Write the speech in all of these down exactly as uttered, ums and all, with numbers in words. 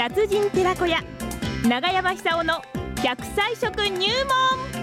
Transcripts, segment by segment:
達人寺子屋長山久夫の百歳食入門。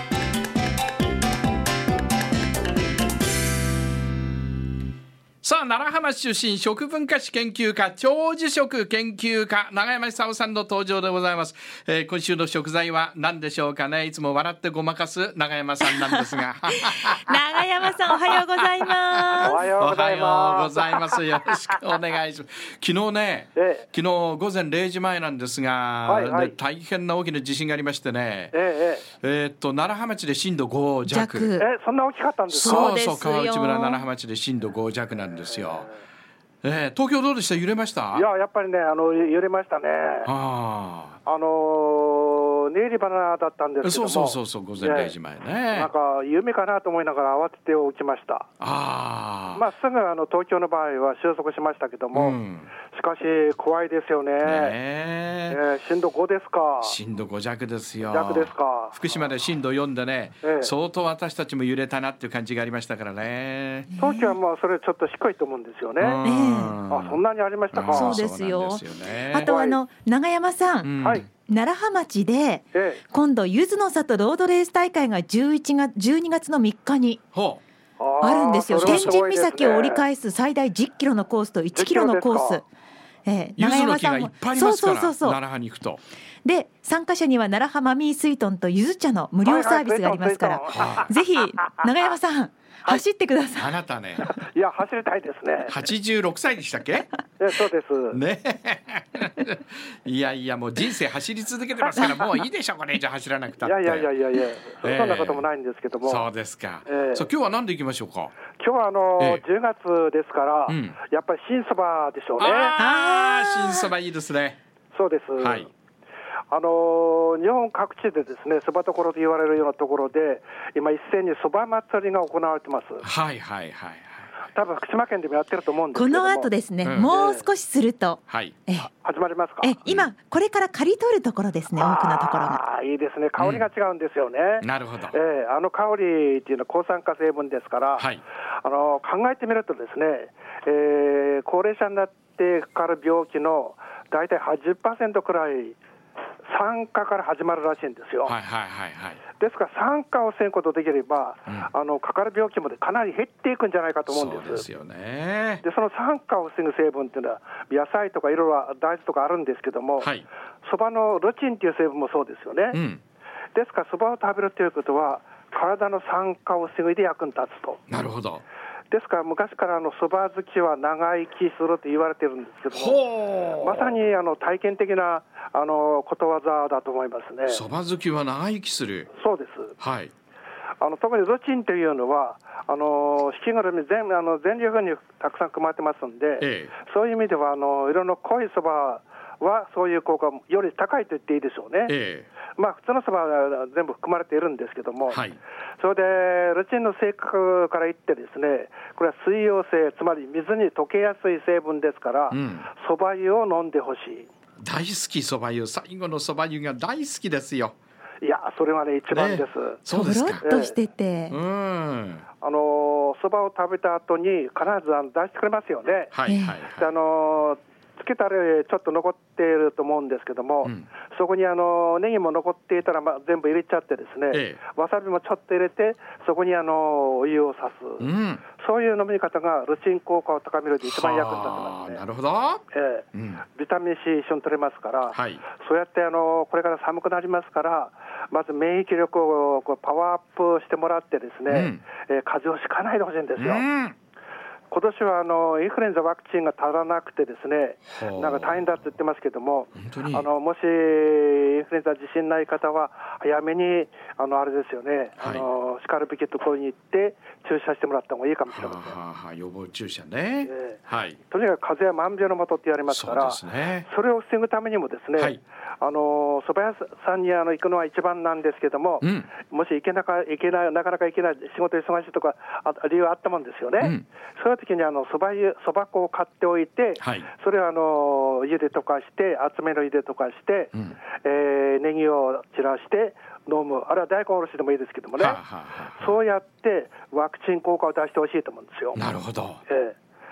さあ、奈良浜市出身食文化史研究家長寿食研究家長山久夫さんの登場でございます、えー、今週の食材は何でしょうかね。いつも笑ってごまかす長山さんなんですが長山さんおはようございます。 おはようございます。 おはようございます。よろしくお願いします。昨日ね、ええ、昨日午前れいじまえなんですが、はいはい、大変な大きな地震がありましてね、えええー、っと奈良浜町で震度ご弱。 えそんな大きかったんですか。 そうそう、川内村奈良浜町で震度ご弱なんですよ。えー、東京どうでした？揺れました？ いや、やっぱりね、あの揺れましたね。ああのネイリバナだったんですけども、 そうそうそうそう、午前れいじまえね、 なんか夢かなと思いながら慌てて起きました。あ、まあ、すぐあの東京の場合は収束しましたけども、うん、しかし怖いですよね。ねえー、震度ごですか。 震度ご弱ですよ。 弱ですか。 福島で震度よんでね、えー、相当私たちも揺れたなっていう感じがありましたからね。 東京はもうそれちょっと低いと思うんですよね。あ、そんなにありましたか。 そうですよ。そうですよね。あとあの長山さん、うん、はい、奈良浜町で、ええ、今度ゆずの里ロードレース大会がじゅういちがつじゅうにがつのみっかにあるんですよ。天神岬を折り返す最大じゅっキロのコースといちキロのコース、 えー、長山さんもそうそうそうそう、奈良浜に行くとで参加者には奈良浜ミースイートンとゆず茶の無料サービスがありますから、はいはい、ぜひ長山さん走ってください。 あなたね、 いや走りたいですね。 はちじゅうろくさいでしたっけ？ えそうですね。いやいや、もう人生走り続けてますからもういいでしょ、これじゃ走らなくたって。 いやいやいやいや、えー、そんなこともないんですけども。 そうですか、えー、そう、今日は何で行きましょうか。 今日はあの、えー、じゅうがつですから、うん、やっぱり新そばでしょうね。 ああ、新そばいいですね。 そうです、はい。あの日本各地でですね、そばどころと言われるようなところで今一斉にそば祭りが行われてます。 はいはいはい、 多分福島県でもやってると思うんですけども、 この後ですね、うん、もう少しすると、 はい、 え始まりますか。 え今これから刈り取るところですね、多くのところが。 あ、いいですね。香りが違うんですよね、 うん、なるほど、 えー、あの香りっていうのは抗酸化成分ですから、はい、あの考えてみるとですね、えー、高齢者になってかかる病気のだいたいはちじゅっパーセントくらい酸化から始まるらしいんですよ。 はいはいはいはい、 ですから酸化を防ぐことできれば、うん、あのかかる病気もかなり減っていくんじゃないかと思うんです。 そうですよね。 でその酸化を防ぐ成分っていうのは野菜とかいろいろ大豆とかあるんですけども、そば、はい、のルチンっていう成分もそうですよね、うん、ですからそばを食べるということは体の酸化を防ぐで役に立つと。 なるほど。 ですから昔からそば好きは長生きすると言われてるんですけども、まさにあの体験的なあのことわざだと思いますね。 そば好きは長生きする。 そうです、はい。あの特にルチンというのはあの引きぐるみ 全, あの全粒粉にたくさん含まれてますんで、ええ、そういう意味ではあの色の濃いそばはそういう効果より高いと言っていいでしょうね、ええ。まあ、普通のそばは全部含まれているんですけども、はい、それでルチンの性格から言ってですね、これは水溶性、つまり水に溶けやすい成分ですからそば、うん、湯を飲んでほしい。 大好き、そば湯。最後のそば湯が大好きですよ。 いや、それはね一番です、ね、 そうですか。とろっとしてて、えー、 うんあのそばを食べた後に必ずあの出してくれますよね、はいはいはい。であのつけたらちょっと残っていると思うんですけども、うん、そこにあのネギも残っていたら、まあ、全部入れちゃってですね、ええ、わさびもちょっと入れてそこにあのお湯を差す、うん、そういう飲み方がルチン効果を高めるで一番役に立ってますね。 なるほど、 ええうん、ビタミン C 一緒に取れますから、はい、そうやってあのこれから寒くなりますからまず免疫力をこうパワーアップしてもらってですね、うんえー、風邪をひかないでほしいんですよ、うん今年はあのインフルエンザワクチンが足らなくてですね、なんか大変だって言ってますけども、あのもしインフルエンザ自信ない方は早めにあのあれですよね、はい、あのしかるべきところに行って注射してもらった方がいいかもしれません。はあはあ、予防注射ね、えーはい、 とにかく風邪は万病のもとって言われますから、 そ, うですね、それを防ぐためにもですね、はい、あの蕎麦屋さんにあの行くのは一番なんですけども、うん、もし行けなか行けないなかなか行けない仕事忙しいとかあ理由あったもんですよね、うん、そういう時にあのそば湯そば粉を買っておいて、はい、それをあの湯で溶かして厚めの湯で溶かして、うんえー、ネギを散らして飲む、あるいは大根おろしでもいいですけどもね、はあはあはあ、そうやってワクチン効果を出してほしいと思うんですよ。 なるほど、 えー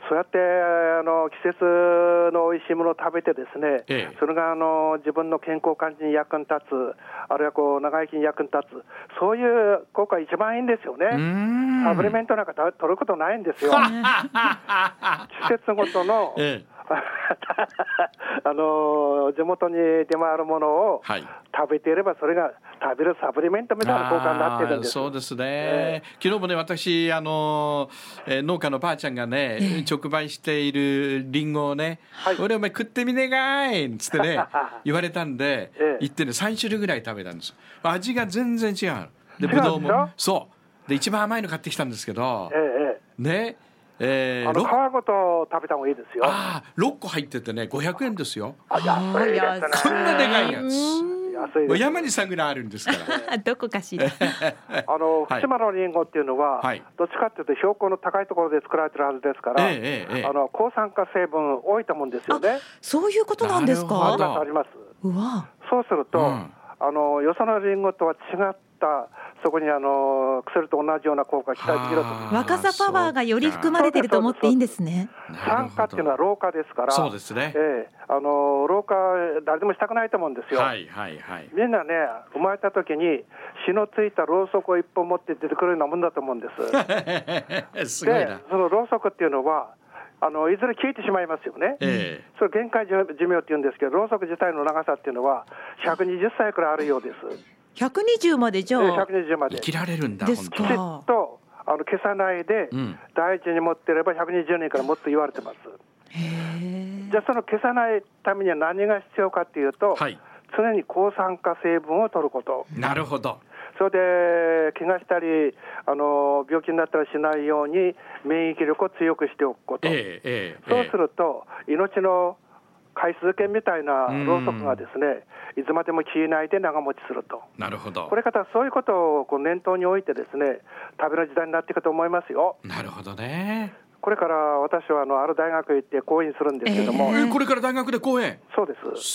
そうやってあの季節の美味しいものを食べてですね、ええ、それがあの自分の健康管理に役に立つ、あるいはこう長生きに役に立つ、そういう効果が一番いいんですよね。サプリメントなんか取ることないんですよ。季節ごとの、ええあの地元に出回るものを食べていれば、それが食べるサプリメントみたいな効果になってるんです。 そうですね、えー、昨日もね私あの、えー、農家のばあちゃんがね、えー、直売しているリンゴをね、はい、俺お前食ってみねがいっつってね言われたんで、えー、行ってねさん種類ぐらい食べたんです。味が全然違うで、ぶどうもそうで一番甘いの買ってきたんですけど、えー、ねえー、あの皮ごと食べた方がいいですよ。 ああろっこ入っててねごひゃくえんですよ。 あ、安いですね。 こんなでかいやつ、 安いです。 山にさんぐらいあるんですからどこかしらあの福島のリンゴっていうのは、はい、どっちかっていうと標高の高いところで作られてるはずですから、えーえー、あの抗酸化成分多いと思うんですよね。 そういうことなんですか。 ありますあります。 うわ、 そうすると、うん、あのよそのリンゴとは違ったそこにあの薬と同じような効果が期待できると。 若さパワーがより含まれていると思っていいんですね。 酸化っていうのは老化ですから。 そうですね、 えー、あの老化誰でもしたくないと思うんですよ、 はいはいはい、 みんなね生まれた時に血のついたろうそくを一本持って出てくるようなもんだと思うんですすごいな。 でそのろうそくっていうのはあのいずれ消えてしまいますよね、えー、それ限界寿命っていうんですけど、ろうそく自体の長さっていうのはひゃくにじゅっさいくらいあるようです。 ひゃくにじゅうまでじゃあ、 ひゃくにじゅうまで生きられるんだ。 ですか。 きちっとあの消さないで、うん、大事に持っていればひゃくにじゅうねんからもっと言われてます。へ、じゃあその消さないためには何が必要かっていうと、はい、常に抗酸化成分を取ること。 なるほど。 それで怪我したりあの病気になったりしないように免疫力を強くしておくこと、えーえー、そうすると、えー、命の回数券みたいなろうそくがですね、いつまでも消えないで長持ちすると。 なるほど。 これからそういうことをこう念頭に置いてですね、食べる時代になっていくと思いますよ。 なるほどね。 これから私はあのある大学へ行って講演するんですけども、 えー、これから大学で講演。 そうです。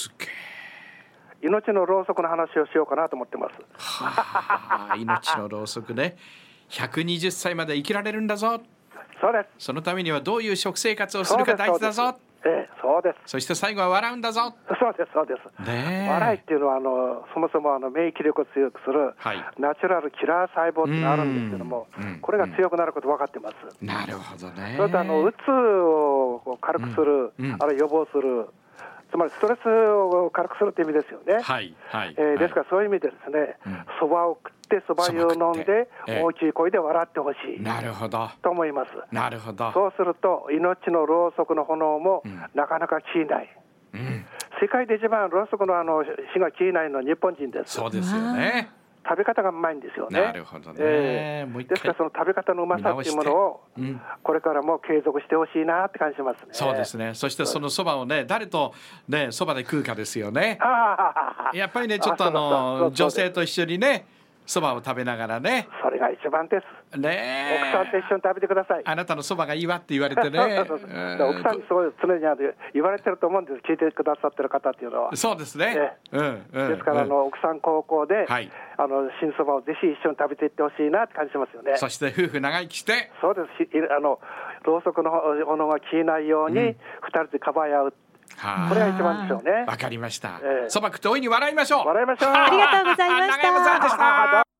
すげえ。命のろうそくの話をしようかなと思ってます。 はあ、命のろうそくね。ひゃくにじゅっさいまで生きられるんだぞ。 そうです。 そのためにはどういう食生活をするか大事だぞ。 ええ、そうです。 そして最後は笑うんだぞ。 そうですそうです、ね、笑いっていうのはあのそもそもあの免疫力を強くする、はい、ナチュラルキラー細胞っていうのがあるんですけども、これが強くなること分かってます。 なるほどね。 それとあのうつを軽くする、うんうん、あるいは予防する、つまりストレスを軽くするという意味ですよね。はいはいえー、ですからそういう意味でですね、そば、うん、を食ってそば湯を飲んで、えー、大きい声で笑ってほしい。 なるほどと思います。 なるほど。 そうすると命のろうそくの炎もなかなか消えない、うん、世界で一番ろうそくのあの火が消えないのは日本人です。 そうですよね。 食べ方がうまいんですよね。 なるほどね、えー、もう一回ですからその食べ方のうまさっていうものをこれからも継続してほしいなって感じしますね。 そうですね。そしてそのそばをね誰とねそばで食うかですよね。やっぱりねちょっとあの女性と一緒にねそばを食べながらね。 それが一番です。ね、奥さんと一緒に食べてください。 あなたのそばがいいわって言われてね。 そうそうそう奥さんにそう常に言われてると思うんです。聞いてくださってる方っていうのは。 そうですね。ねうんうん、 ですからあの、うん、奥さん高校で、はい、あの新そばをぜひ一緒に食べていってほしいなって感じしますよね。 そして夫婦長生きして。 そうです。あのろうそくの炎が消えないように、うん、ふたりでかばい合う。これが一番でしょうね。 わかりました。そば食って大いに笑いましょう。 笑いましょう。 ありがとうございました。 長山さんでした。